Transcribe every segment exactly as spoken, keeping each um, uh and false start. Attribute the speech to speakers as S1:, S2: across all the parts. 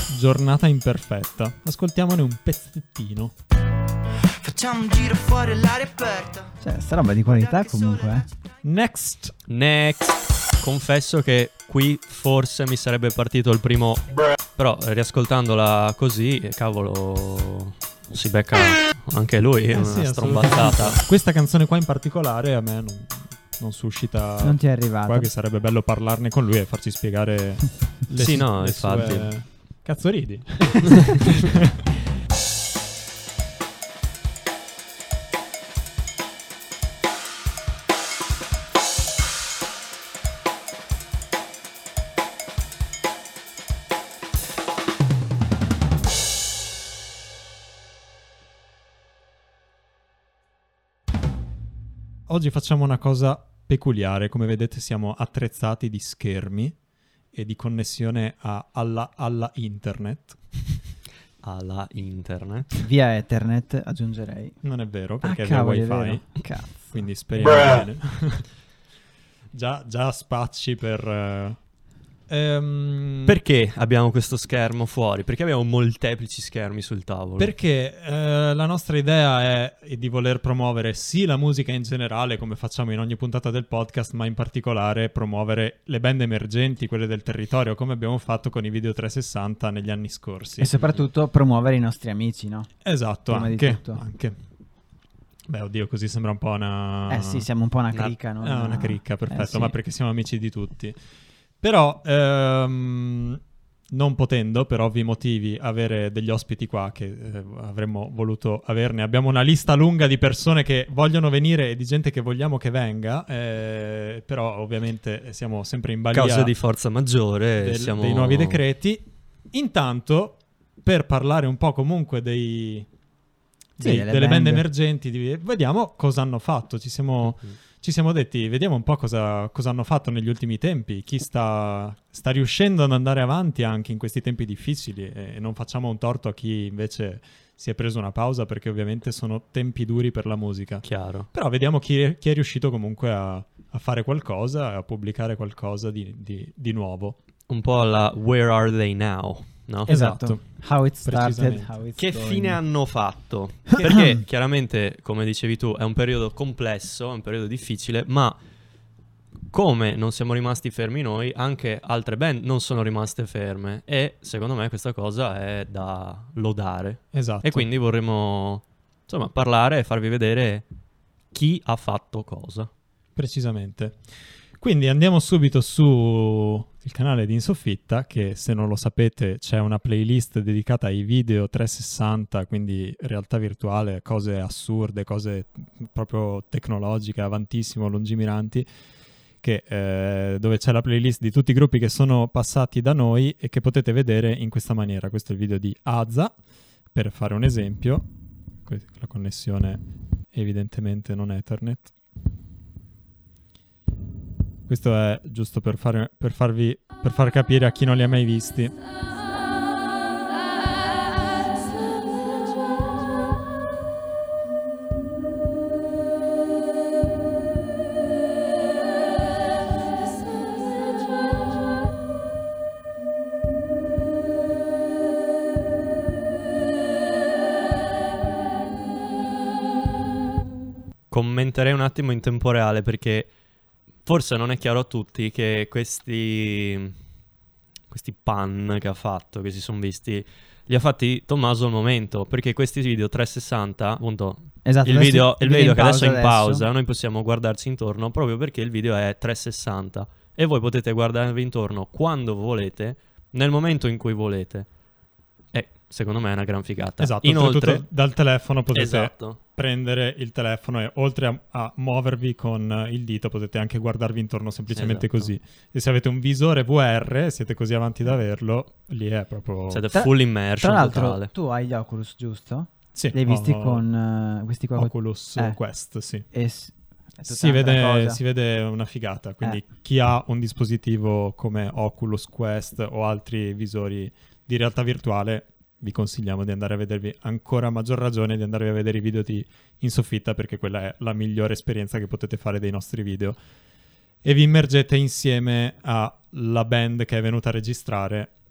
S1: Giornata imperfetta. Ascoltiamone un pezzettino.
S2: Facciamo un giro fuori l'aria aperta.
S3: Cioè, sta roba di qualità comunque, eh.
S1: Next.
S4: Next. Confesso che qui forse mi sarebbe partito il primo, però riascoltandola così, cavolo, si becca anche lui
S1: Eh
S4: una
S1: sì,
S4: strombazzata.
S1: Questa canzone qua in particolare a me non, non suscita.
S3: Non ti è arrivata.
S1: Qua che sarebbe bello parlarne con lui e farci spiegare le
S4: Sì,
S1: su-
S4: no,
S1: le
S4: infatti.
S1: sue... Cazzo ridi. Oggi facciamo una cosa peculiare. Come vedete siamo attrezzati di schermi e di connessione a- alla, alla internet.
S4: Alla internet.
S3: Via Ethernet aggiungerei.
S1: Non è vero, perché
S3: Ah,
S1: è via
S3: cavoli, è
S1: wifi,
S3: vero. Cazzo.
S1: quindi speriamo bene. già, già spacci per... eh, ehm,
S4: Perché abbiamo questo schermo fuori? Perché abbiamo molteplici schermi sul tavolo?
S1: Perché eh, la nostra idea è di voler promuovere sì la musica in generale, come facciamo in ogni puntata del podcast, ma in particolare promuovere le band emergenti, quelle del territorio, come abbiamo fatto con i video trecentosessanta negli anni scorsi.
S3: E soprattutto promuovere i nostri amici, no?
S1: Esatto,
S3: prima di
S1: anche,
S3: tutto.
S1: anche. Beh, oddio, così sembra un po' una...
S3: Eh sì, siamo un po' una
S4: Una-
S3: cricca, no?
S1: Ah, una cricca, perfetto,
S3: Eh sì.
S1: ma perché siamo amici di tutti. Però, ehm, non potendo, per ovvi motivi, avere degli ospiti qua che eh, avremmo voluto averne, abbiamo una lista lunga di persone che vogliono venire e di gente che vogliamo che venga, eh, però ovviamente siamo sempre in balia
S4: Causa di forza maggiore
S1: del-
S4: siamo...
S1: dei nuovi decreti. Intanto, per parlare un po' comunque dei...
S3: Sì,
S1: dei-
S3: delle
S1: delle band
S3: band.
S1: emergenti, di- vediamo cosa hanno fatto. Ci siamo,
S4: Mhm.
S1: ci siamo detti, vediamo un po' cosa, cosa hanno fatto negli ultimi tempi, chi sta, sta riuscendo ad andare avanti anche in questi tempi difficili, e non facciamo un torto a chi invece si è preso una pausa, perché ovviamente sono tempi duri per la musica.
S4: Chiaro.
S1: Però vediamo chi è, chi è riuscito comunque a, a fare qualcosa, a pubblicare qualcosa di, di- di nuovo.
S4: Un po' alla Where Are They Now, no?
S1: Esatto.
S3: How it started,
S1: Precisamente.
S3: how it's
S4: Che
S3: going.
S4: fine hanno fatto? Perché chiaramente, come dicevi tu, è un periodo complesso, è un periodo difficile, ma come non siamo rimasti fermi noi, anche altre band non sono rimaste ferme, e secondo me questa cosa è da lodare.
S1: Esatto.
S4: E quindi vorremmo, insomma, parlare e farvi vedere chi ha fatto cosa.
S1: Precisamente. Quindi andiamo subito su il canale di In Soffitta, che se non lo sapete c'è una playlist dedicata ai video trecentosessanta, quindi realtà virtuale, cose assurde, cose proprio tecnologiche, avantissimo, lungimiranti, che, eh, dove c'è la playlist di tutti i gruppi che sono passati da noi e che potete vedere in questa maniera. Questo è il video di Azza, per fare un esempio. Que- La connessione evidentemente non Ethernet. Questo è giusto per, fare, per farvi per far capire a chi non li ha mai visti.
S4: Commenterei un attimo in tempo reale, perché forse non è chiaro a tutti che questi questi pan che ha fatto, che si sono visti, li ha fatti Tommaso al momento, perché questi video trecentosessanta, appunto,
S3: Esatto,
S4: il
S3: adesso-
S4: video, il video che adesso è in
S3: adesso.
S4: pausa, noi possiamo guardarci intorno proprio perché il video è trecentosessanta e voi potete guardarvi intorno quando volete, nel momento in cui volete. E secondo me è una gran figata.
S1: Esatto,
S4: Inoltre,
S1: oltretutto dal telefono potete
S4: esatto.
S1: prendere il telefono e oltre a, a muovervi con il dito potete anche guardarvi intorno semplicemente
S4: Esatto.
S1: così. E se avete un visore V R, siete così avanti da averlo, lì è proprio...
S4: Siete
S3: Tra-
S4: full immersion
S3: Tra l'altro,
S4: totale.
S3: tu hai gli Oculus, giusto?
S1: Sì,
S3: Li hai visti
S1: ho-
S3: con eh, questi qua?
S1: Oculus
S3: Eh.
S1: Quest, sì.
S3: E s- è tutta
S1: Si
S3: un'altra
S1: vede,
S3: cosa.
S1: si vede una figata, quindi
S3: Eh.
S1: chi ha un dispositivo come Oculus Quest o altri visori di realtà virtuale, vi consigliamo di andare a vedervi, ancora a maggior ragione di andare a vedere i video di In Soffitta, perché quella è la migliore esperienza che potete fare dei nostri video. E vi immergete insieme alla band che è venuta a registrare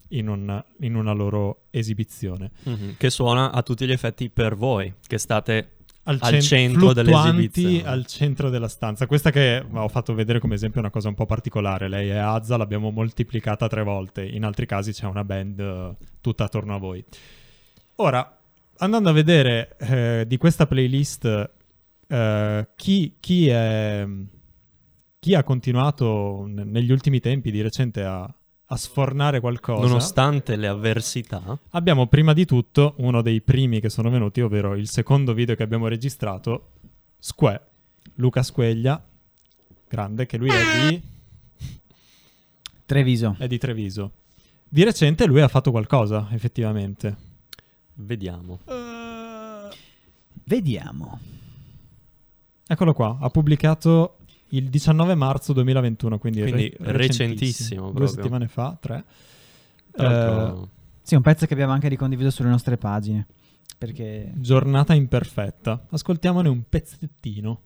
S1: in, un, in una loro esibizione.
S4: Mm-hmm. Che suona a tutti gli effetti per voi, che state
S1: Al,
S4: al
S1: cen-
S4: centro dell'esibizione.
S1: fluttuanti al centro della stanza. Questa che ho fatto vedere come esempio è una cosa un po' particolare. Lei è Azza, l'abbiamo moltiplicata tre volte. In altri casi c'è una band uh, tutta attorno a voi. Ora, andando a vedere eh, di questa playlist eh, chi, chi, è, chi ha continuato n- negli ultimi tempi di recente a, a sfornare qualcosa,
S4: Nonostante le avversità.
S1: abbiamo prima di tutto uno dei primi che sono venuti, ovvero il secondo video che abbiamo registrato, Sque, Luca Squeglia, grande, che lui è di,
S3: Treviso.
S1: è di Treviso. Di recente lui ha fatto qualcosa, effettivamente.
S4: Vediamo.
S3: Vediamo.
S1: Eccolo qua, ha pubblicato il diciannove marzo duemilaventuno, quindi,
S4: Quindi
S1: re-
S4: recentissimo
S1: Due
S4: proprio.
S1: settimane fa, tre.
S4: Tra l'altro,
S1: Eh,
S3: Sì, un pezzo che abbiamo anche ricondiviso sulle nostre pagine. Perché
S1: giornata imperfetta. Ascoltiamone un pezzettino.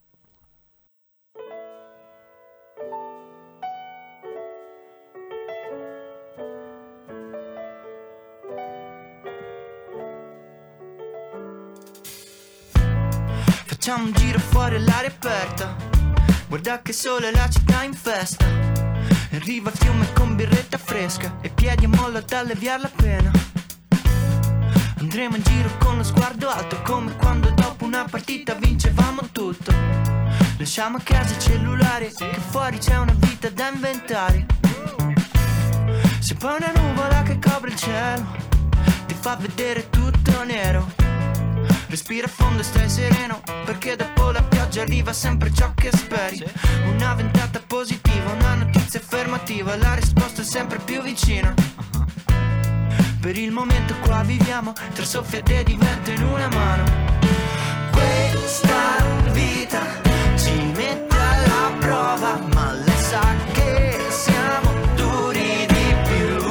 S2: Facciamo un giro fuori all'aria aperta. Guarda che sole, la città in festa. Arriva il fiume con birretta fresca e piedi a molla ad alleviare la pena. Andremo in giro con lo sguardo alto, come quando dopo una partita vincevamo tutto. Lasciamo a casa il cellulare, che fuori c'è una vita da inventare. Se poi una nuvola che copre il cielo ti fa vedere tutto nero, respira a fondo e stai sereno, perché dopo la pioggia arriva sempre ciò che speri. Una ventata positiva, una notizia affermativa, la risposta è sempre più vicina. Per il momento qua viviamo, tra soffiate di vento in una mano. Questa vita ci mette alla prova, ma lei sa che siamo duri di più.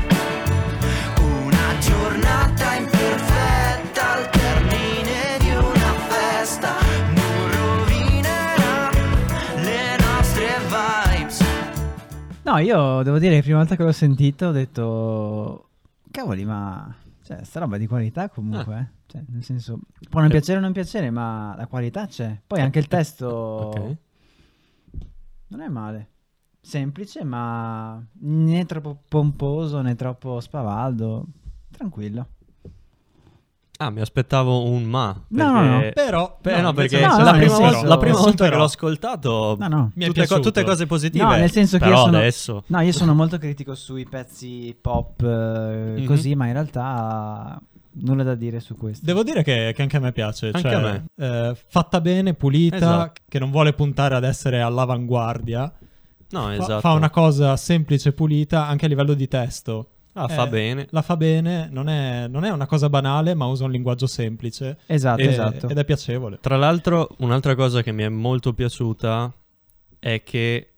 S2: Una giornata imperfetta al termine di una festa non rovinerà le nostre vibes.
S3: No, io devo dire che la prima volta che l'ho sentito ho detto cavoli, ma cioè, sta roba è di qualità comunque,
S4: Ah.
S3: eh. Cioè, nel senso, può non piacere o non piacere, ma la qualità c'è. Poi anche il testo
S4: Ok.
S3: non è male. Semplice, ma né troppo pomposo né troppo spavaldo. Tranquillo.
S4: Ah, mi aspettavo un ma.
S3: No, no, no.
S4: perché-
S1: Però,
S4: Beh, no, perché
S3: no,
S4: la,
S3: no,
S4: prima
S3: nel
S4: volta,
S3: senso-
S4: la prima volta che
S1: però-
S4: l'ho ascoltato,
S3: No, no.
S1: Mi è
S4: tutte, co-
S1: piaciuto.
S4: tutte cose positive.
S3: No, nel senso che
S4: però
S3: io sono,
S4: adesso
S3: no, io sono molto critico sui pezzi pop eh,
S4: Mhm.
S3: così, ma in realtà nulla da dire su questo.
S1: devo dire che, che anche a me piace.
S4: Anche
S1: cioè,
S4: a me.
S1: eh, fatta bene, pulita,
S4: Esatto.
S1: che non vuole puntare ad essere all'avanguardia.
S4: no,
S1: Fa-
S4: esatto.
S1: Fa una cosa semplice, pulita, anche a livello di testo.
S4: Ah,
S1: Eh,
S4: fa bene.
S1: La fa bene, non è, non è una cosa banale, ma usa un linguaggio semplice.
S3: Esatto,
S1: e-
S3: esatto.
S1: Ed è piacevole.
S4: Tra l'altro, un'altra cosa che mi è molto piaciuta è che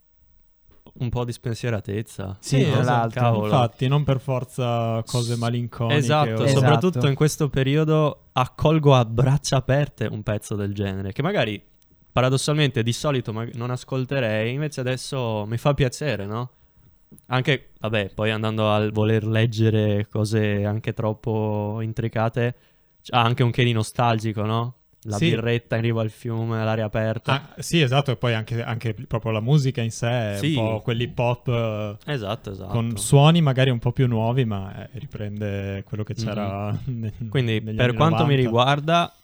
S4: un po' di spensieratezza.
S3: Sì, tra
S1: esatto.
S3: l'altro.
S4: Cavolo.
S1: Infatti, non per forza cose malinconiche.
S4: Esatto,
S1: o-
S3: Esatto.
S4: soprattutto in questo periodo accolgo a braccia aperte un pezzo del genere, che magari paradossalmente di solito mag- non ascolterei, invece adesso mi fa piacere, no? Anche, vabbè, poi andando al voler leggere cose anche troppo intricate, c'ha anche un che di nostalgico, no? La
S1: Sì.
S4: birretta in riva al fiume, all'aria aperta.
S1: Ah, sì, esatto, e poi anche, anche proprio la musica in sé è
S4: Sì.
S1: un po' quelli pop eh,
S4: Esatto, esatto.
S1: con suoni magari un po' più nuovi, ma eh, riprende quello che c'era ne-
S4: Quindi,
S1: negli
S4: per
S1: anni
S4: quanto mi
S1: novanta.
S4: riguarda,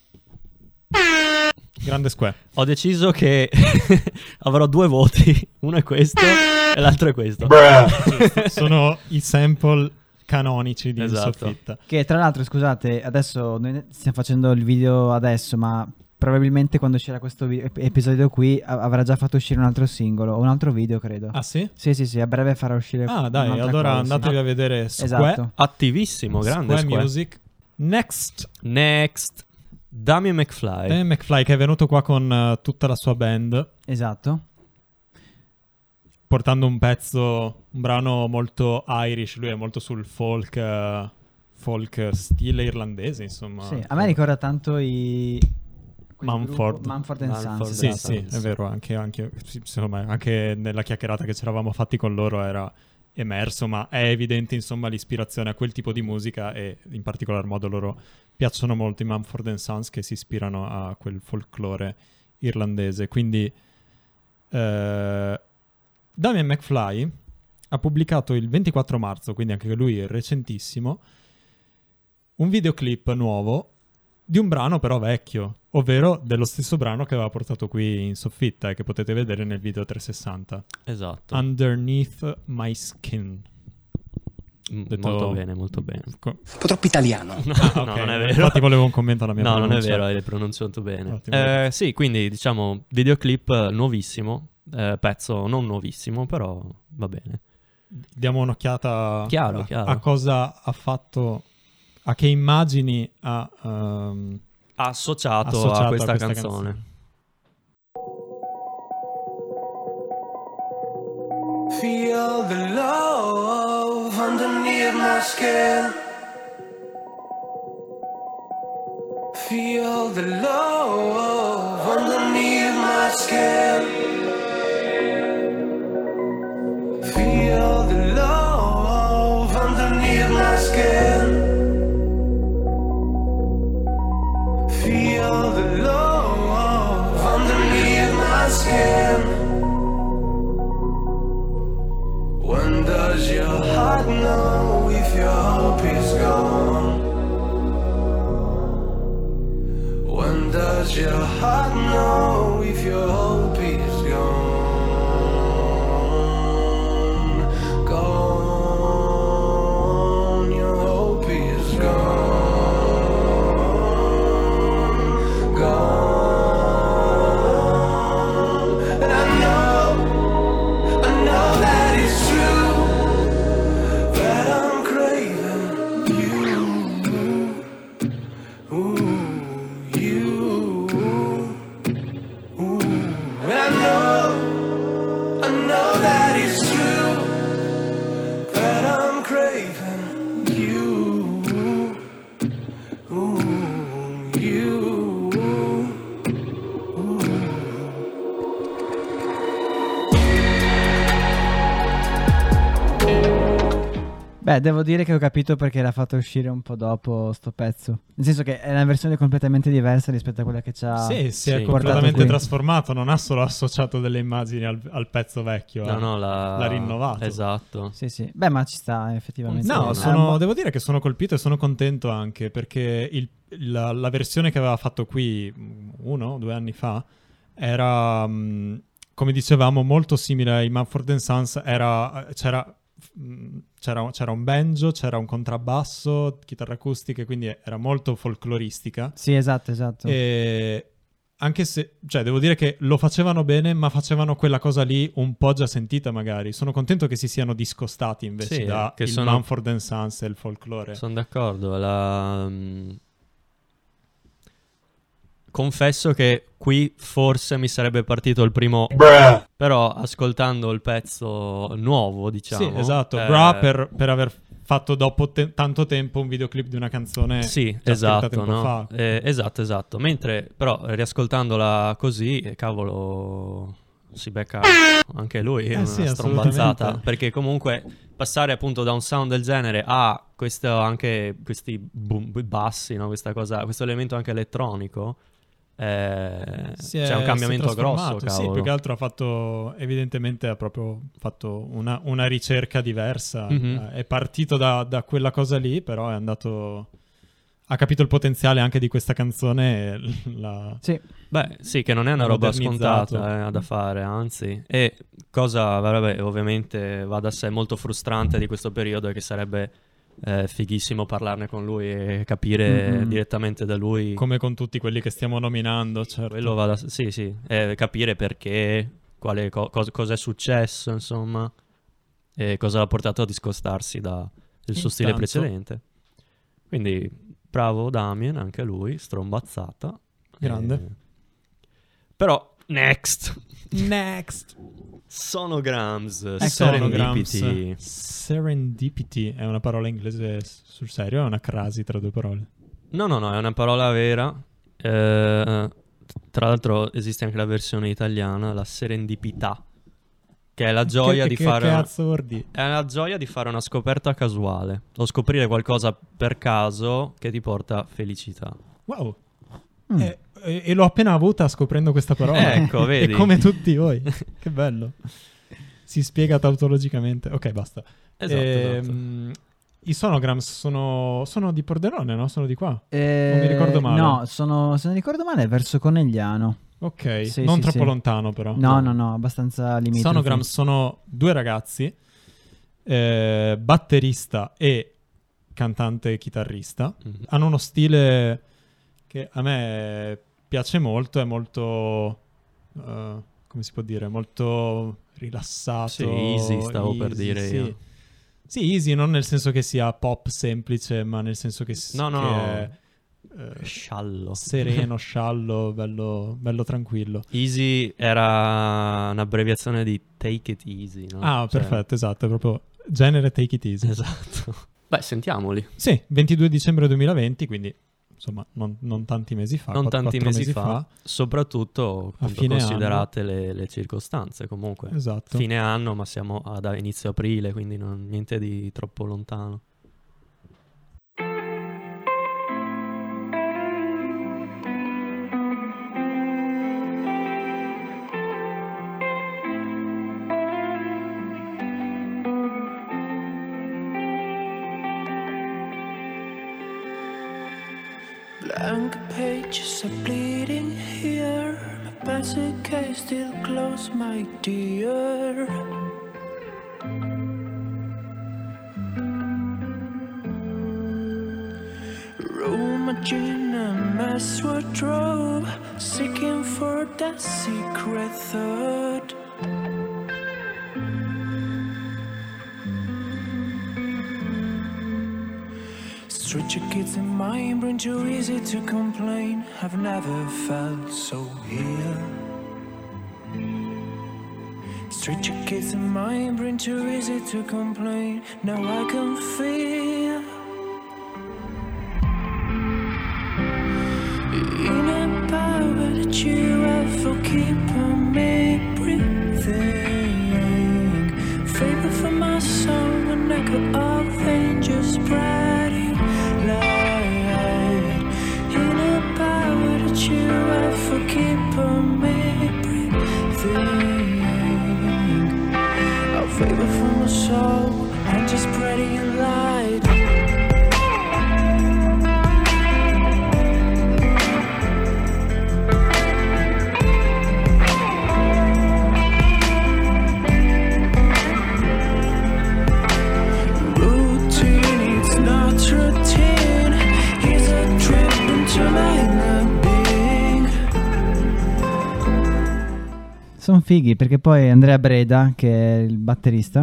S1: Grande Square.
S4: ho deciso che avrò due voti. Uno è questo e l'altro è questo.
S1: Sono i sample canonici di
S4: Esatto.
S1: Soffitta.
S3: Che tra l'altro, scusate, adesso noi stiamo facendo il video adesso, ma probabilmente quando uscirà questo vi- ep- episodio qui a- avrà già fatto uscire un altro singolo o un altro video, credo.
S1: Ah sì?
S3: Sì, sì, sì, a breve farà uscire
S1: Ah dai,
S3: un'altra
S1: allora
S3: cosa, sì.
S1: andatevi a vedere Square,
S3: Esatto.
S4: Attivissimo, grande
S1: Square
S4: Square.
S1: Music. Next,
S4: Next, Damien McFly.
S1: Dan McFly che è venuto qua con eh, tutta la sua band,
S3: Esatto.
S1: portando un pezzo, un brano molto Irish, lui è molto sul folk, eh, folk stile irlandese, insomma.
S3: Sì, a me ricorda tanto i quel
S1: Mumford.
S3: gruppo- Mumford and
S4: Mumford,
S3: Sons.
S1: Sì,
S3: esatto.
S1: sì, è vero, anche, anche, sì, insomma, anche nella chiacchierata che ci eravamo fatti con loro era emerso, ma è evidente insomma l'ispirazione a quel tipo di musica, e in particolar modo loro piacciono molto i Mumford and Sons, che si ispirano a quel folklore irlandese. Quindi eh, Damien McFly ha pubblicato il ventiquattro marzo, quindi anche lui è recentissimo, un videoclip nuovo di un brano però vecchio, ovvero dello stesso brano che aveva portato qui in soffitta e che potete vedere nel video trecentosessanta.
S4: Esatto.
S1: Underneath My Skin.
S4: M-
S1: Detto...
S4: Molto bene, molto bene.
S1: Co-
S5: Un po' troppo italiano.
S4: No,
S1: Ah,
S4: no,
S1: ok.
S4: non è vero.
S1: Infatti volevo un commento alla mia
S4: No, non è
S1: pronuncia.
S4: vero, hai pronunciato bene.
S1: Ottimo.
S4: Eh, sì, quindi diciamo videoclip nuovissimo, eh, pezzo non nuovissimo, però va bene.
S1: Diamo un'occhiata
S4: Chiaro,
S1: a,
S4: chiaro.
S1: a cosa ha fatto, a che immagini ha um,
S4: Associato,
S1: associato
S4: a questa,
S1: questa
S4: canzone.
S2: Feel the love underneath my skin. Feel the love underneath my skin. Feel the love underneath my skin. Feel the love underneath my skin. When does your heart know if your hope is gone? When does your heart know if your hope is gone? Gone, your hope is gone. Gone. And I know, I know that it's true, that I'm craving you. Ooh, you. Ooh. And I know, I know that it's true, that I'm craving you. Ooh, you.
S3: Beh, devo dire che ho capito perché l'ha fatto uscire un po' dopo sto pezzo. Nel senso che è una versione completamente diversa rispetto a quella che ci ha
S1: sì, si è
S4: sì.
S1: completamente
S3: qui.
S1: trasformato, non ha solo associato delle immagini al, al pezzo vecchio,
S4: No,
S1: eh.
S4: no, l'ha,
S1: l'ha rinnovato.
S4: Esatto.
S3: Sì, sì. Beh, ma ci sta effettivamente.
S1: No,
S3: Eh,
S1: sono-
S3: ma-
S1: devo dire che sono colpito e sono contento anche perché il- la, la versione che aveva fatto qui mh, uno o due anni fa era, mh, come dicevamo, molto simile ai Mumford and Sons. Era, c'era, mh, c'era, c'era un banjo, c'era un contrabbasso, chitarre acustiche, quindi era molto folcloristica.
S3: Sì, esatto, esatto.
S1: E anche se, cioè, devo dire che lo facevano bene, ma facevano quella cosa lì un po' già sentita magari. Sono contento che si siano discostati invece
S4: Sì,
S1: da
S4: che
S1: il
S4: sono-
S1: Mumford and Sons e il folklore.
S4: Sono d'accordo. La... mm, Confesso che qui forse mi sarebbe partito il primo, però ascoltando il pezzo nuovo, diciamo.
S1: Sì, esatto.
S4: eh,
S1: Bra per, per aver fatto dopo te- tanto tempo un videoclip di una canzone
S4: Sì,
S1: già scritta
S4: esatto,
S1: tempo
S4: no?
S1: fa.
S4: Eh, esatto, esatto. Mentre però riascoltandola così, eh, cavolo, si becca anche lui
S1: Eh
S4: una
S1: sì,
S4: strombazzata.
S1: assolutamente.
S4: Perché comunque passare appunto da un sound del genere a questo anche questi boom, bassi, no? Questa cosa, questo elemento anche elettronico, eh,
S1: Si
S4: c'è
S1: è-
S4: un
S1: si è
S4: cambiamento grosso,
S1: trasformato. Sì,
S4: cavolo.
S1: più che altro ha fatto, evidentemente ha proprio fatto una, una ricerca diversa.
S4: Mhm.
S1: Eh, È partito da, da quella cosa lì, però è andato... Ha capito il potenziale anche di questa canzone e la...
S3: Sì.
S4: Beh, sì, che non è una
S1: Ha
S4: roba
S1: modernizzato.
S4: scontata eh, da fare, anzi. E cosa, vabbè, ovviamente va da sé molto frustrante di questo periodo è che sarebbe eh, fighissimo parlarne con lui e capire
S3: Mm-mm.
S4: direttamente da lui.
S1: Come con tutti quelli che stiamo nominando, certo.
S4: Quello va da sé, sì, sì, e capire perché, quale co- cos- cosa è successo, insomma, e cosa l'ha portato a discostarsi da- del suo stile
S1: Intanto-
S4: precedente. Quindi, bravo Damien, anche lui, strombazzata.
S1: Grande.
S4: Eh, Però, next.
S1: Next!
S4: Sonograms,
S1: Ecco,
S4: Serendipity.
S1: Sonograms. Serendipity è una parola inglese s- sul serio, è una crasi tra due parole.
S4: No, no, no, è una parola vera. Eh, tra l'altro esiste anche la versione italiana, la serendipità, che è la gioia
S1: che,
S4: di
S1: che
S4: fare una,
S1: cazzo vuol dire?
S4: è la gioia di fare una scoperta casuale o scoprire qualcosa per caso che ti porta felicità.
S1: Wow.
S3: Mm.
S1: E, e- e l'ho appena avuta scoprendo questa parola.
S4: Ecco, vedi?
S1: E come tutti voi. Che bello. Si spiega tautologicamente. Ok, basta.
S4: Esatto, esatto.
S1: Ehm, I Sonograms sono, sono di Pordenone, no? Sono di qua.
S3: Eh,
S1: Non mi ricordo male.
S3: No, sono, se non ricordo male, verso Conegliano.
S1: Ok,
S3: Sì,
S1: non
S3: sì,
S1: troppo
S3: sì.
S1: lontano però.
S3: No, no, no, abbastanza limitato.
S1: Sonograms sono due ragazzi, eh, batterista e cantante e chitarrista.
S4: Mhm.
S1: Hanno uno stile che a me piace molto, è molto, eh, come si può dire, molto rilassato.
S4: Sì, easy, stavo per dire
S1: sì.
S4: io.
S1: Sì, easy non nel senso che sia pop semplice, ma nel senso che, s-
S4: No, no,
S1: che
S4: no.
S1: è eh,
S4: Sciallo.
S1: sereno, sciallo, bello, bello tranquillo.
S4: Easy era un'abbreviazione di take it easy, no?
S1: Ah,
S4: Cioè,
S1: perfetto, esatto, è proprio genere take it easy.
S4: Esatto. Beh, sentiamoli.
S1: Sì, ventidue dicembre duemilaventi, quindi insomma non, non tanti mesi fa.
S4: Non
S1: quatt-
S4: tanti
S1: quattro
S4: mesi fa, soprattutto
S1: A
S4: appunto,
S1: fine
S4: considerate le, le circostanze comunque.
S1: Esatto.
S4: Fine anno, ma siamo ad a inizio aprile, quindi non- niente di troppo lontano.
S2: Blank pages are bleeding here. My pencil case still close, my dear. Room a gin and mass wardrobe, seeking for that secret thought. Stretch your kids in my brain, too easy to complain. I've never felt so ill. Stretch your kids in my brain, too easy to complain. Now I can feel in a power that you have for keeping me breathing. Favor for my soul, an echo of angels spreading light. In a power that you have for keeping me breathing. A favor for my soul, I'm just spreading light.
S3: Sono fighi perché poi Andrea Breda, che è il batterista,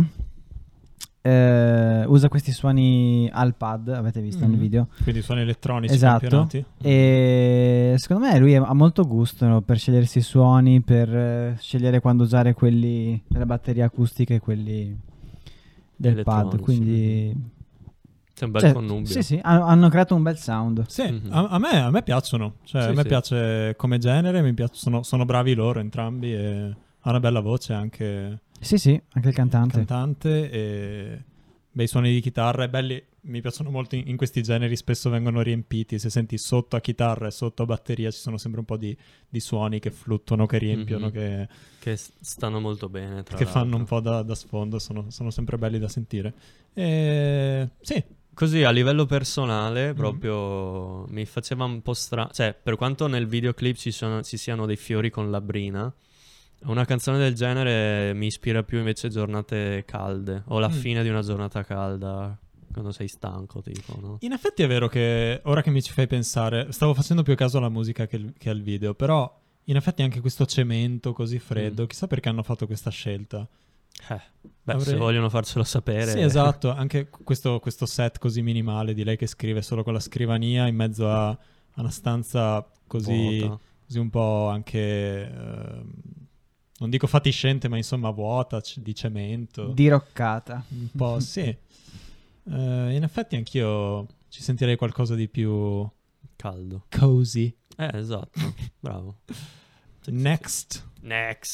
S3: eh, usa questi suoni al pad, avete visto nel
S1: Mhm.
S3: video?
S1: Quindi suoni elettronici
S3: Esatto.
S1: campionati.
S3: E secondo me lui ha molto gusto, no, per scegliersi i suoni, per eh, scegliere quando usare quelli della batteria acustica e quelli del pad.
S4: Elettronici.
S3: Quindi
S4: C'è un bel
S3: cioè,
S4: connubio.
S3: sì, sì, hanno, hanno creato un bel sound.
S1: Sì,
S4: Mhm.
S1: a, a me, a me piacciono, cioè
S4: Sì,
S1: a me
S4: sì.
S1: piace come genere, mi piace- sono, sono bravi loro entrambi e ha una bella voce anche
S3: Sì, sì, anche il
S1: il
S3: cantante.
S1: cantante e bei suoni di chitarra e belli, mi piacciono molto in, in questi generi, spesso vengono riempiti, se senti sotto a chitarra e sotto a batteria ci sono sempre un po' di, di suoni che fluttuano, che riempiono,
S4: Mhm.
S1: che,
S4: Che s- stanno molto bene, tra
S1: che
S4: l'altro.
S1: fanno un po' da, da sfondo, sono, sono sempre belli da sentire. E, sì,
S4: Così a livello personale,
S1: Mm.
S4: proprio mi faceva un po' strano. Cioè, per quanto nel videoclip ci, sono, ci siano dei fiori con la brina, una canzone del genere mi ispira più invece giornate calde o la
S1: Mm.
S4: fine di una giornata calda, quando sei stanco, tipo, no?
S1: in effetti è vero che ora che mi ci fai pensare, stavo facendo più caso alla musica che, il- che al video, però in effetti anche questo cemento così freddo,
S4: Mm.
S1: chissà perché hanno fatto questa scelta.
S4: Eh, beh,
S1: Avrei-
S4: se vogliono farcelo sapere.
S1: Sì, esatto, anche questo, questo set così minimale di lei che scrive solo con la scrivania in mezzo a, a una stanza così,
S4: Vuota.
S1: così un po' anche, ehm, non dico fatiscente, ma insomma vuota, c- di cemento.
S3: Diroccata.
S1: Un po', sì. Eh, in effetti anch'io ci sentirei qualcosa di più
S4: Caldo.
S1: cozy.
S4: Eh, esatto. Bravo.
S1: Next.
S4: Next.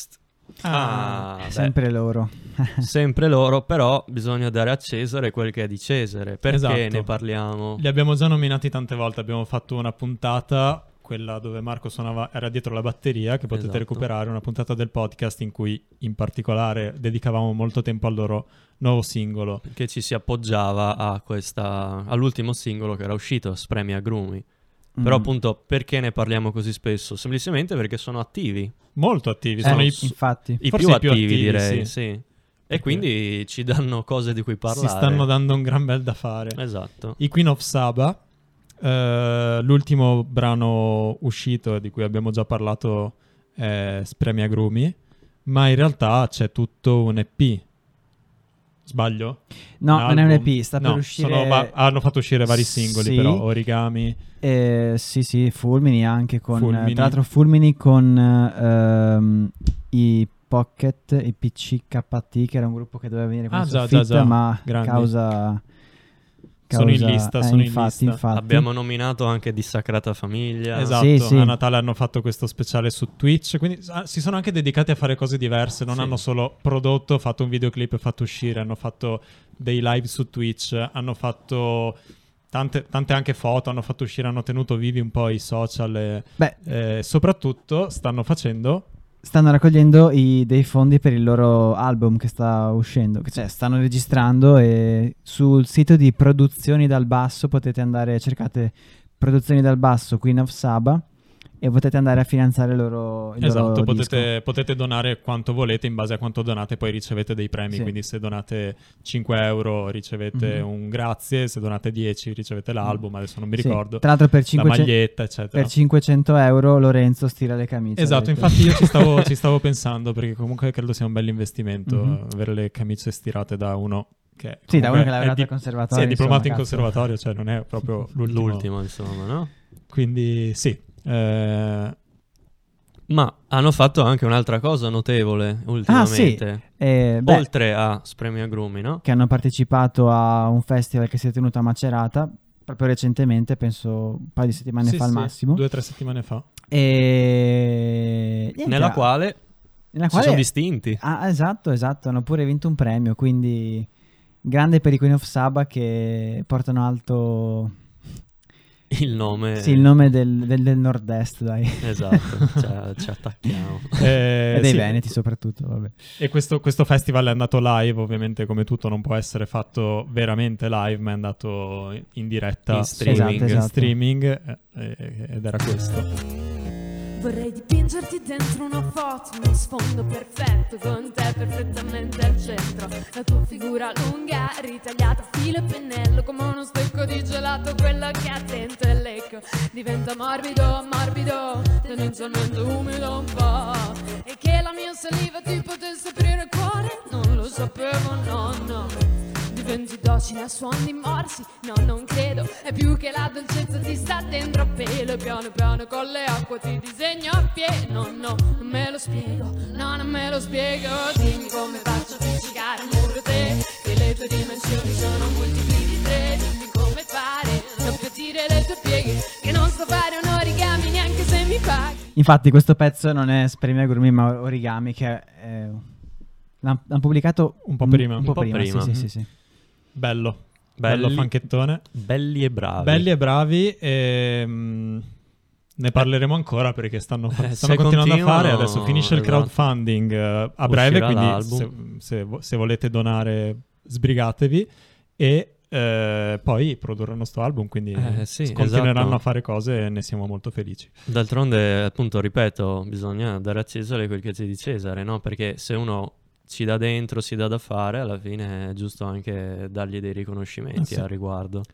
S4: Ah, beh,
S3: Sempre loro.
S4: sempre loro, però bisogna dare a Cesare quel che è di Cesare. Perché
S1: Esatto.
S4: ne parliamo?
S1: Li abbiamo già nominati tante volte, abbiamo fatto una puntata, quella dove Marco suonava, era dietro la batteria, che potete
S4: Esatto.
S1: recuperare, una puntata del podcast in cui in particolare dedicavamo molto tempo al loro nuovo singolo.
S4: Che ci si appoggiava a questa all'ultimo singolo che era uscito, Spremi Agrumi. Però
S3: Mm.
S4: appunto perché ne parliamo così spesso? Semplicemente perché sono attivi.
S1: Molto attivi,
S3: Eh,
S1: sono i,
S3: infatti.
S4: I
S1: Forse
S4: più
S1: i più
S4: attivi,
S1: attivi,
S4: direi,
S1: sì.
S4: sì. E quindi ci danno cose di cui parlare.
S1: si stanno dando un gran bel da fare.
S4: Esatto.
S1: I Queen of Saba, eh, l'ultimo brano uscito di cui abbiamo già parlato è Spremi Agrumi, ma in realtà c'è tutto un E P. Sbaglio?
S3: No,
S1: Un
S3: non è un E
S1: album?
S3: P, sta
S1: No,
S3: per uscire...
S1: sono va- hanno fatto uscire vari singoli,
S3: Sì.
S1: però Origami.
S3: Eh, sì, sì, Fulmini anche con...
S1: Fulmini.
S3: Tra l'altro Fulmini con ehm, i Pocket, i P C K T, che era un gruppo che doveva venire con
S1: Ah,
S3: il
S1: già,
S3: Soffitta,
S1: già, già.
S3: ma
S1: Grandi.
S3: causa...
S1: Sono in
S3: causa-
S1: lista,
S3: eh,
S1: sono in
S3: infatti,
S1: lista.
S3: infatti.
S4: Abbiamo nominato anche Dissacrata Famiglia.
S1: Esatto,
S3: Sì, sì.
S1: a Natale hanno fatto questo speciale su Twitch, quindi ah, si sono anche dedicati a fare cose diverse, non
S4: Sì.
S1: hanno solo prodotto, fatto un videoclip e fatto uscire, hanno fatto dei live su Twitch, hanno fatto tante, tante anche foto, hanno fatto uscire, hanno tenuto vivi un po' i social e
S3: Beh,
S1: eh, soprattutto stanno facendo...
S3: stanno raccogliendo i- dei fondi per il loro album che sta uscendo, che- cioè stanno registrando, e sul sito di Produzioni dal Basso potete andare, cercate Produzioni dal Basso Queen of Saba e potete andare a finanziare il loro, il
S1: Esatto,
S3: loro
S1: potete,
S3: disco.
S1: potete donare quanto volete, in base a quanto donate poi ricevete dei premi,
S3: Sì.
S1: quindi se donate cinque euro ricevete
S3: Mhm.
S1: un grazie, se donate dieci ricevete l'album, adesso non mi
S3: Sì.
S1: ricordo,
S3: Tra l'altro per,
S1: la
S3: cinquecento
S1: maglietta eccetera.
S3: per cinquecento euro Lorenzo stira le camicie.
S1: Esatto,
S3: avete-
S1: infatti io ci stavo, ci stavo pensando, perché comunque credo sia un bel investimento
S3: Mhm.
S1: eh, avere le camicie stirate da uno che
S3: Sì, da uno
S1: comunque
S3: che ha
S1: è
S3: lavorato
S1: di-
S3: al conservatorio.
S1: sì, è diplomato in
S3: insomma, cazzo.
S1: conservatorio, cioè non è proprio l'ultimo.
S4: L'ultimo, insomma, no?
S1: Quindi sì, eh,
S4: Ma hanno fatto anche un'altra cosa notevole ultimamente.
S3: Eh, beh,
S4: Oltre a Spremi Agrumi, no?
S3: che hanno partecipato a un festival che si è tenuto a Macerata proprio recentemente, penso un paio di settimane
S1: sì,
S3: fa al
S1: sì,
S3: massimo.
S1: due o tre settimane fa.
S3: E niente,
S4: Nella
S3: ah,
S4: quale
S3: nella
S4: si
S3: quale-
S4: sono distinti.
S3: Ah, esatto, esatto, hanno pure vinto un premio, quindi grande per i Queen of Saba che portano alto
S4: Il nome.
S3: sì, il nome del, del- del nord-est, dai.
S4: Esatto, cioè, ci attacchiamo.
S1: Eh,
S3: e dei
S1: sì.
S3: veneti soprattutto, vabbè.
S1: E questo, questo festival è andato live, ovviamente come tutto non può essere fatto veramente live, ma è andato in diretta
S4: In
S1: su-
S4: streaming.
S3: Esatto,
S1: in
S3: esatto.
S1: streaming, eh, eh, ed era questo.
S5: Vorrei dipingerti dentro una foto, uno sfondo perfetto, con te perfettamente al centro. La tua figura lunga, ritagliata a filo e pennello, come uno stecco di gelato, quello che a tento e lecco. Diventa morbido, morbido, tendenzialmente umido un po'. E che la mia saliva ti potesse aprire il cuore, non lo sapevo, no, no. Diventi docile a suoni di morsi, no, non credo. È più che la dolcezza ti sta dentro a pelo. E piano piano con le acque ti disegno a piedi. No, no, non me lo spiego, no, non me lo spiego. Dimmi come faccio a ficcare un muro te, che le tue dimensioni sono multipli di tre. Dimmi come fare a appiattire le tue pieghe, che non so fare un origami neanche se mi paghi.
S3: Infatti questo pezzo non è Spremi Agrumi ma Origami, che eh, l'hanno l'han pubblicato
S1: Un po' prima.
S3: un po'
S4: Un po'
S3: prima,
S4: prima.
S3: Sì, sì, sì, sì.
S1: Bello, bello
S4: Belli,
S1: fanchettone.
S4: belli e bravi.
S1: Belli e bravi, e mm, ne parleremo ancora perché stanno, fa-
S4: Eh,
S1: stanno
S4: se
S1: continuando a fare.
S4: continuano,
S1: Adesso finisce il
S4: esatto.
S1: crowdfunding eh, a breve,
S4: Uscirà
S1: quindi
S4: l'album.
S1: se, se vo- se volete donare sbrigatevi, e eh, poi produrranno sto album, quindi
S4: Eh, sì,
S1: continueranno
S4: esatto.
S1: a fare cose e ne siamo molto felici.
S4: D'altronde, appunto, ripeto, bisogna dare a Cesare quel che c'è di Cesare, no? Perché se uno ci dà dentro, si dà da fare, alla fine è giusto anche dargli dei riconoscimenti
S1: Ah, sì.
S4: al riguardo.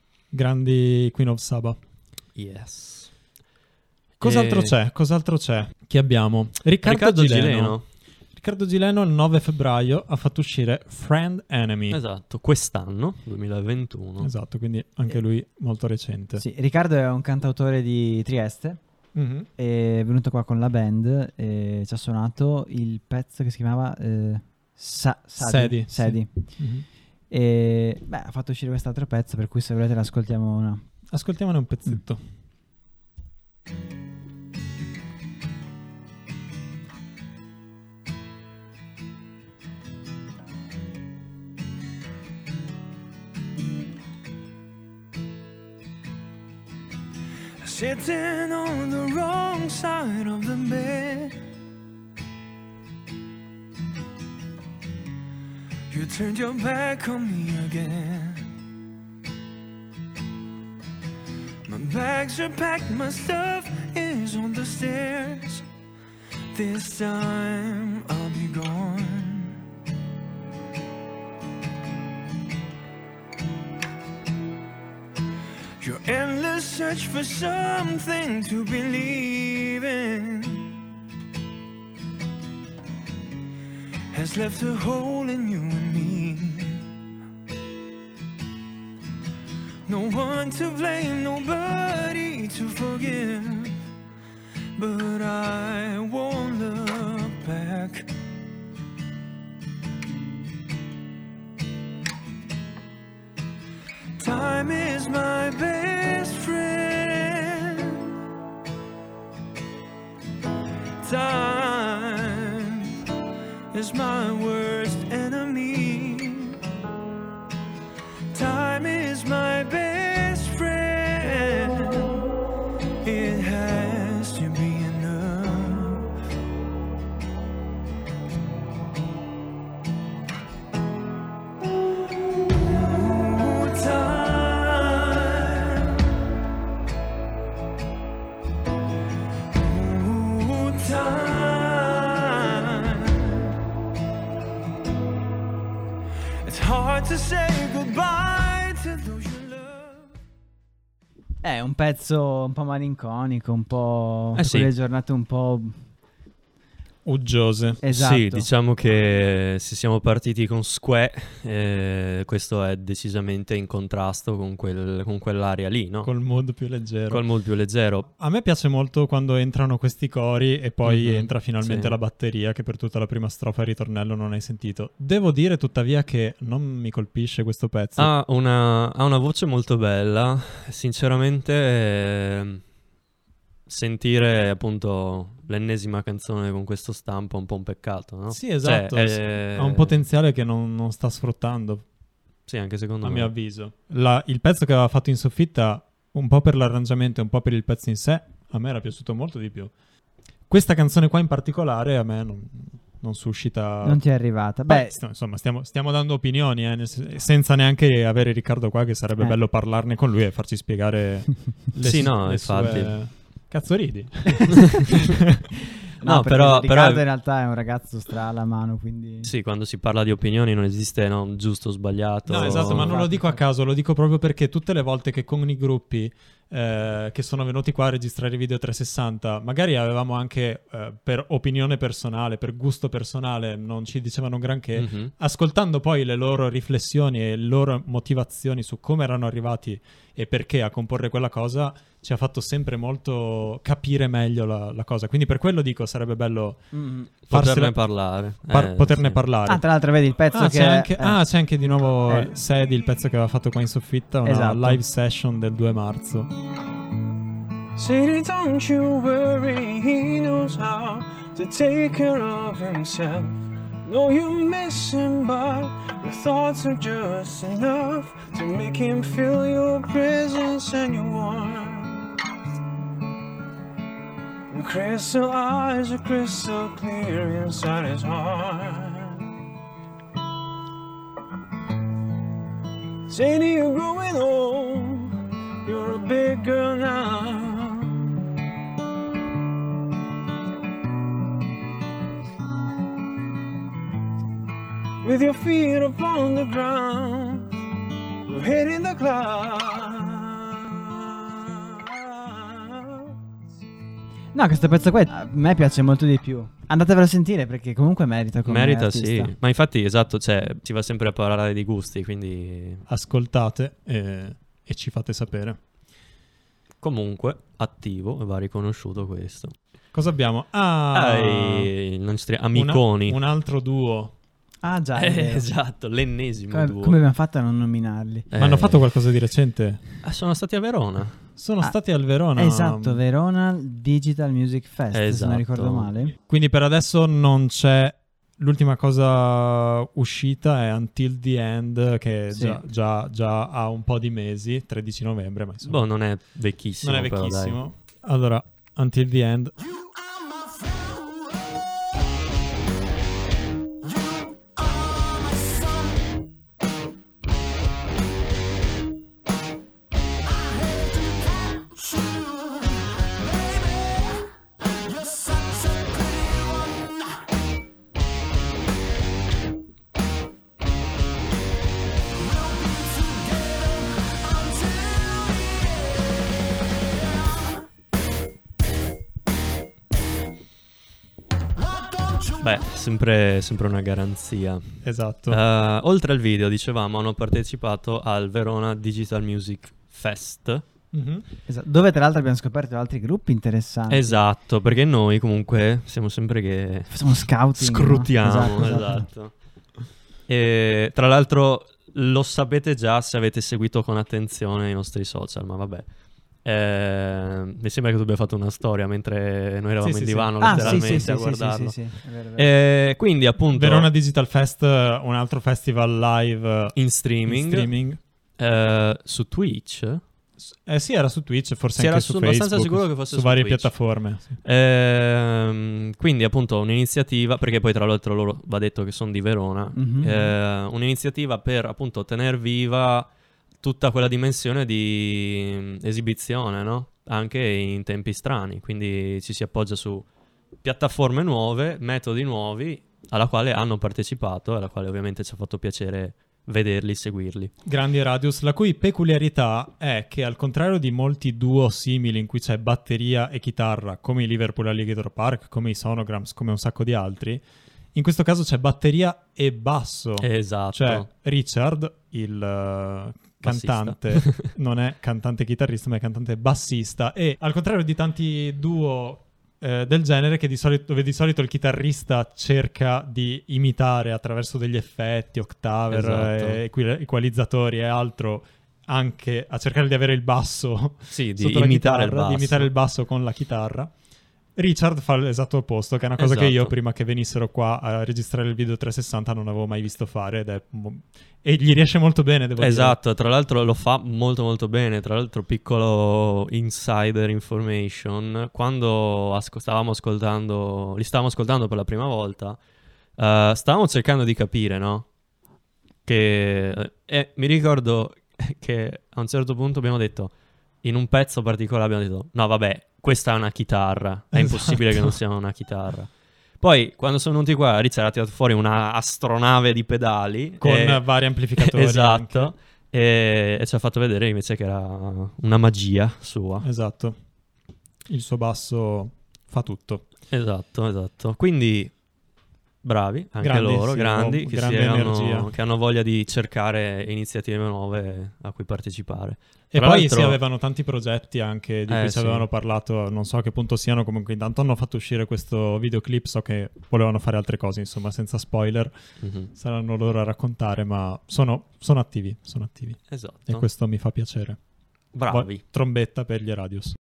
S1: Grandi Queen of Saba.
S4: Yes.
S1: Cos'altro
S4: E-
S1: c'è? Cos'altro c'è? Chi abbiamo? Riccardo,
S4: Riccardo
S1: Gileno.
S4: Gileno.
S1: Riccardo Gileno il nove febbraio ha fatto uscire Friend Enemy.
S4: Esatto, quest'anno, duemilaventuno.
S1: Esatto, quindi anche lui molto recente.
S3: Sì, Riccardo è un cantautore di Trieste,
S1: Mhm.
S3: è venuto qua con la band e ci ha suonato il pezzo che si chiamava eh, Sa- Sadi.
S1: Sedi,
S3: Sedi.
S1: Mhm.
S3: E beh, ha fatto uscire quest'altro pezzo, per cui se volete l'ascoltiamo una.
S1: Ascoltiamone un pezzetto.
S2: sitting on the wrong side of the bed. You turned your back on me again. My bags are packed, my stuff is on the stairs. This time I'll be gone. Your endless search for something to believe in has left a hole in you and me. No one to blame, nobody to forgive, but I won't look back. Time is my best friend. Time is my worst enemy. Time is my best friend. It has to be enough. Ooh, time. Ooh, time. It's hard to say goodbye to those you love.
S3: È un pezzo un po' malinconico, un po'
S4: Eh sì.
S3: quelle giornate un po'
S1: Uggiose.
S3: esatto.
S4: Sì, diciamo che se siamo partiti con Sque, eh, questo è decisamente in contrasto con, quel, con quell'area lì, no?
S1: Col mood più leggero.
S4: Col mood più leggero.
S1: A me piace molto quando entrano questi cori e poi
S4: Mhm,
S1: entra finalmente
S4: sì.
S1: la batteria che per tutta la prima strofa e ritornello non hai sentito. Devo dire tuttavia che non mi colpisce questo pezzo.
S4: Ha una, ha una voce molto bella, sinceramente eh, sentire appunto l'ennesima canzone con questo stampo è un po' un peccato, no?
S1: Sì, esatto.
S4: Cioè,
S1: sì.
S4: eh,
S1: Ha un potenziale che non, non sta sfruttando,
S4: Sì, anche secondo
S1: a
S4: me.
S1: mio avviso. La- il pezzo che aveva fatto in soffitta, un po' per l'arrangiamento e un po' per il pezzo in sé, a me era piaciuto molto di più. Questa canzone qua in particolare a me non, non suscita...
S3: non ti è arrivata.
S1: Beh,
S3: Beh,
S1: st- insomma, stiamo, stiamo dando opinioni, eh, nel sen- senza neanche avere Riccardo qua, che sarebbe
S3: Eh.
S1: bello parlarne con lui e farci spiegare le,
S4: Sì,
S1: su-
S4: no,
S1: le
S4: infatti.
S1: sue... Cazzo ridi?
S3: no,
S4: No,
S3: perché
S4: però-
S3: Riccardo
S4: però-
S3: in realtà è un ragazzo stra alla mano, quindi
S4: Sì, quando si parla di opinioni non esiste no, giusto o sbagliato.
S1: No, esatto, ma non lo
S3: Infatti,
S1: dico a
S3: infatti.
S1: caso, lo dico proprio perché tutte le volte che con i gruppi eh, che sono venuti qua a registrare video trecentosessanta, magari avevamo anche eh, per opinione personale, per gusto personale, non ci dicevano granché,
S4: Mhm.
S1: ascoltando poi le loro riflessioni e le loro motivazioni su come erano arrivati e perché a comporre quella cosa, ci ha fatto sempre molto capire meglio la, la cosa. Quindi per quello dico, sarebbe bello
S3: Mm.
S1: farsela-
S4: Poterne parlare.
S1: par-
S4: Eh,
S1: poterne
S4: sì.
S1: parlare.
S3: Ah, tra l'altro vedi il pezzo
S1: Ah,
S3: che
S1: c'è anche,
S3: eh,
S1: ah, c'è anche di nuovo
S3: Eh.
S1: Sedi, il pezzo che aveva fatto qua in soffitta, una
S3: Esatto.
S1: live session del due marzo.
S2: Sadie, don't you worry, he knows how to take care of himself. No, you miss him, but your thoughts are just enough to make him feel your presence and your warmth. Your crystal eyes are crystal clear inside his heart. Sadie, you're growing old, you're a big girl now. With your feet upon the ground, your head in the clouds.
S3: No, questo pezzo qua a me piace molto di più. Andatevelo a sentire perché comunque merita come
S4: Merita,
S3: artista.
S4: sì. Ma infatti, esatto, cioè, si va sempre a parlare di gusti, quindi...
S1: Ascoltate e, e ci fate sapere.
S4: Comunque, attivo, va riconosciuto questo.
S1: Cosa abbiamo? Ah,
S4: Ah, i nostri
S1: una-
S4: amiconi.
S1: un altro duo.
S3: Ah già, è
S4: Eh,
S3: vero.
S4: esatto, l'ennesimo
S3: Come,
S4: duo.
S3: come abbiamo fatto a non nominarli?
S4: Eh,
S1: Ma hanno fatto qualcosa di recente?
S4: ah, sono stati a Verona.
S1: Sono
S3: Ah,
S1: stati al Verona.
S3: Esatto, Verona Digital Music Fest, se
S4: Esatto.
S3: non ricordo male.
S1: Quindi per adesso non c'è l'ultima cosa uscita è Until the End, che
S3: Sì.
S1: già, già, già ha un po' di mesi, tredici novembre, ma insomma
S4: Boh, non è vecchissimo.
S1: non è
S4: però, dai.
S1: vecchissimo. Allora, Until the End.
S4: Beh, sempre, sempre una garanzia.
S1: Esatto.
S4: Eh, oltre al video, dicevamo, hanno partecipato al Verona Digital Music Fest.
S1: Mhm.
S3: Esatto. Dove tra l'altro abbiamo scoperto altri gruppi interessanti.
S4: Esatto, perché noi comunque siamo sempre che
S3: Facciamo scouting, no?
S4: scrutiamo.
S3: Esatto,
S4: Esatto,
S3: esatto.
S4: E tra l'altro lo sapete già se avete seguito con attenzione i nostri social, ma vabbè. Eh, mi sembra che tu abbia fatto una storia mentre noi eravamo
S1: Sì,
S4: in
S1: sì,
S4: divano
S3: Ah, sì,
S4: letteralmente
S3: sì, sì,
S4: a
S3: sì,
S4: guardarlo.
S3: sì, sì, sì, è vero, è vero.
S4: E quindi appunto
S1: Verona Digital Fest, un altro festival live
S4: in
S1: in
S4: streaming,
S1: streaming.
S4: eh, su Twitch.
S1: Eh sì, era su Twitch, forse
S4: Sì,
S1: anche
S4: era
S1: su
S4: su-
S1: Facebook,
S4: abbastanza sicuro che fosse
S1: su
S4: su
S1: varie
S4: Twitch.
S1: piattaforme. Sì.
S4: Ehm, quindi appunto un'iniziativa, perché poi tra l'altro loro va detto che sono di Verona,
S3: Mhm.
S4: eh, un'iniziativa per appunto tener viva tutta quella dimensione di mm, esibizione, no? Anche in tempi strani, quindi ci si appoggia su piattaforme nuove, metodi nuovi, alla quale hanno partecipato e alla quale ovviamente ci ha fatto piacere vederli, seguirli.
S1: Grandi Radius, la cui peculiarità è che al contrario di molti duo simili in cui c'è batteria e chitarra, come i Liverpool Alligator Park, come i Sonograms, come un sacco di altri, in questo caso c'è batteria e basso.
S4: Esatto.
S1: Cioè Richard, il uh,
S4: Bassista.
S1: cantante, non è cantante chitarrista ma è cantante bassista, e al contrario di tanti duo eh, del genere che di solito, dove di solito il chitarrista cerca di imitare attraverso degli effetti, octaver,
S4: Esatto.
S1: eh, equi- equalizzatori e altro, anche a cercare di avere il basso
S4: Sì, di
S1: sotto la
S4: imitare il
S1: chitarra, di
S4: basso.
S1: imitare il basso con la chitarra. Richard fa l'esatto opposto, che è una cosa che io
S4: Esatto.
S1: prima che venissero qua a registrare il video trecentosessanta non avevo mai visto fare ed è mo- e gli riesce molto bene, devo
S4: Esatto, tra l'altro lo fa molto molto bene. Tra l'altro, piccolo insider information, quando asco- stavamo ascoltando, li stavamo ascoltando per la prima volta, eh, stavamo cercando di capire, no? Che e mi ricordo che a un certo punto abbiamo detto, in un pezzo particolare abbiamo detto, no vabbè, questa è una chitarra, è
S1: Esatto.
S4: impossibile che non sia una chitarra. Poi quando sono venuti qua Richard ha tirato fuori una astronave di pedali
S1: Con
S4: e-
S1: vari amplificatori.
S4: esatto,
S1: anche.
S4: e, e ci ha fatto vedere invece che era una magia sua.
S1: Esatto. Il suo basso fa tutto.
S4: Esatto, esatto. Quindi bravi anche
S1: Grandi,
S4: loro,
S1: sì,
S4: grandi,
S1: oh,
S4: che,
S1: grande
S4: si
S1: energia.
S4: hanno, che hanno voglia di cercare iniziative nuove a cui partecipare.
S1: E
S4: Tra
S1: poi
S4: l'altro-
S1: sì, avevano tanti progetti anche di
S4: Eh,
S1: cui ci
S4: sì.
S1: avevano parlato, non so a che punto siano, comunque intanto hanno fatto uscire questo videoclip, so che volevano fare altre cose, insomma, senza spoiler,
S4: Mhm.
S1: saranno loro a raccontare, ma sono, sono attivi, sono attivi.
S4: Esatto.
S1: E questo mi fa piacere.
S4: Bravi.
S1: Vo- trombetta per gli Radius.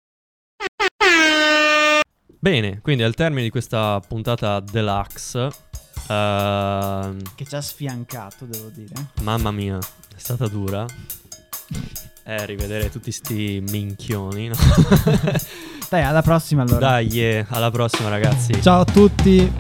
S4: Bene, quindi al termine di questa puntata deluxe, ehm,
S3: Che ci ha sfiancato, devo dire.
S4: mamma mia, è stata dura. Eh, rivedere tutti sti minchioni. No?
S3: Dai, alla prossima allora.
S4: Dai, yeah, alla prossima ragazzi.
S1: Ciao a tutti!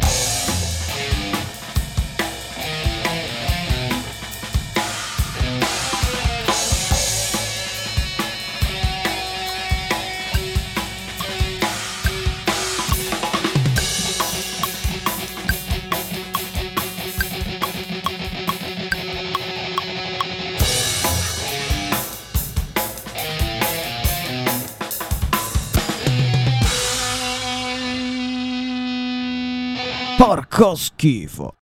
S3: Porco schifo.